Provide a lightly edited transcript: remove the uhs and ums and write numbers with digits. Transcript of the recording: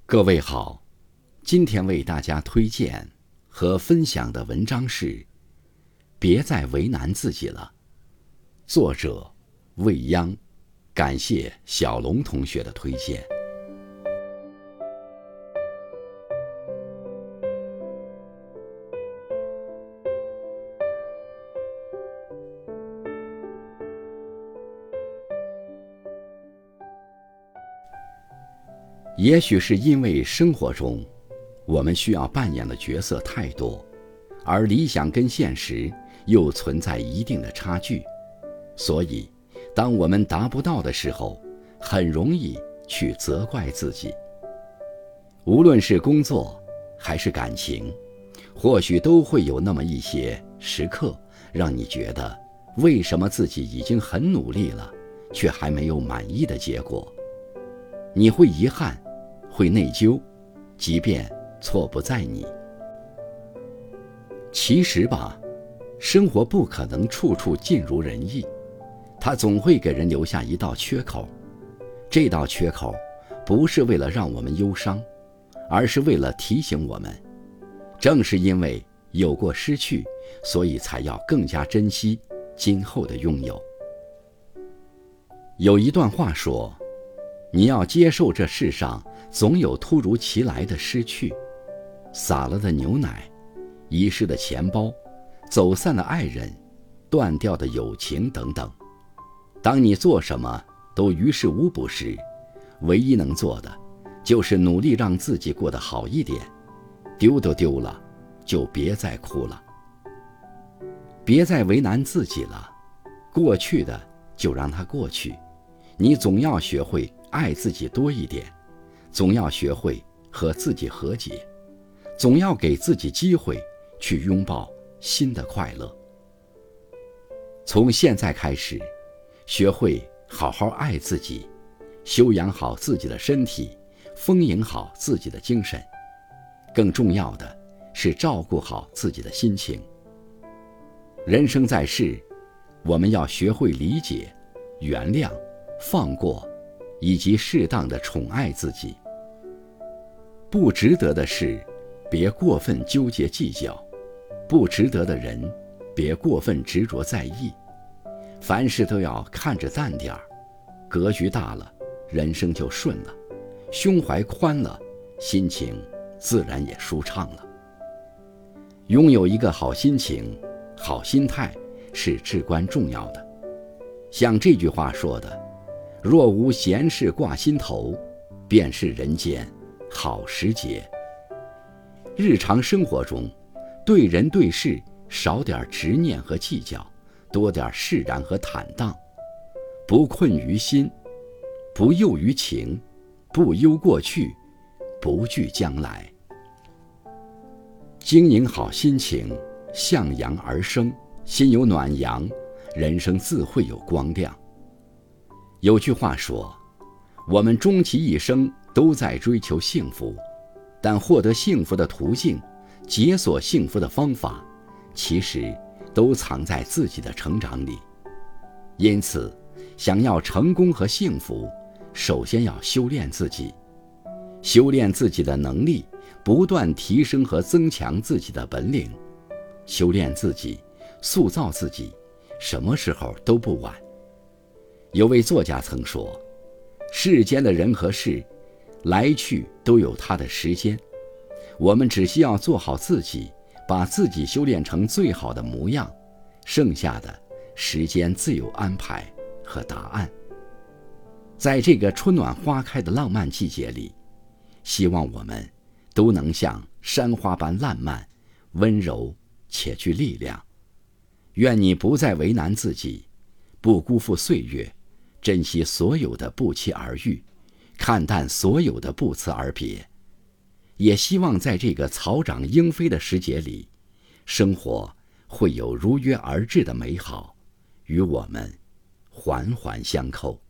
各位好，今天为大家推荐和分享的文章是《别再为难自己了》，作者未央，感谢小龙同学的推荐。也许是因为生活中我们需要扮演的角色太多，而理想跟现实又存在一定的差距，所以当我们达不到的时候，很容易去责怪自己。无论是工作还是感情，或许都会有那么一些时刻，让你觉得为什么自己已经很努力了，却还没有满意的结果。你会遗憾，会内疚，即便错不在你。其实吧，生活不可能处处尽如人意，它总会给人留下一道缺口。这道缺口不是为了让我们忧伤，而是为了提醒我们，正是因为有过失去，所以才要更加珍惜今后的拥有。有一段话说，你要接受这世上总有突如其来的失去，洒了的牛奶，遗失的钱包，走散的爱人，断掉的友情等等。当你做什么都于事无补时，唯一能做的就是努力让自己过得好一点。丢都丢了，就别再哭了，别再为难自己了。过去的就让它过去，你总要学会爱自己多一点，总要学会和自己和解，总要给自己机会去拥抱新的快乐。从现在开始，学会好好爱自己，修养好自己的身体，丰盈好自己的精神。更重要的是照顾好自己的心情。人生在世，我们要学会理解、原谅、放过，以及适当的宠爱自己。不值得的事，别过分纠结计较；不值得的人，别过分执着在意。凡事都要看着淡点儿，格局大了，人生就顺了；胸怀宽了，心情自然也舒畅了。拥有一个好心情、好心态是至关重要的。像这句话说的，若无闲事挂心头，便是人间好时节。日常生活中，对人对事少点执念和计较，多点释然和坦荡。不困于心，不囿于情，不忧过去，不惧将来。经营好心情，向阳而生，心有暖阳，人生自会有光亮。有句话说，我们终其一生都在追求幸福，但获得幸福的途径，解锁幸福的方法，其实都藏在自己的成长里。因此，想要成功和幸福，首先要修炼自己，修炼自己的能力，不断提升和增强自己的本领。修炼自己，塑造自己，什么时候都不晚。有位作家曾说，世间的人和事来去都有它的时间，我们只需要做好自己，把自己修炼成最好的模样，剩下的时间自有安排和答案。在这个春暖花开的浪漫季节里，希望我们都能像山花般烂漫、温柔且具力量。愿你不再为难自己，不辜负岁月，珍惜所有的不期而遇，看淡所有的不辞而别。也希望在这个草长莺飞的时节里，生活会有如约而至的美好，与我们环环相扣。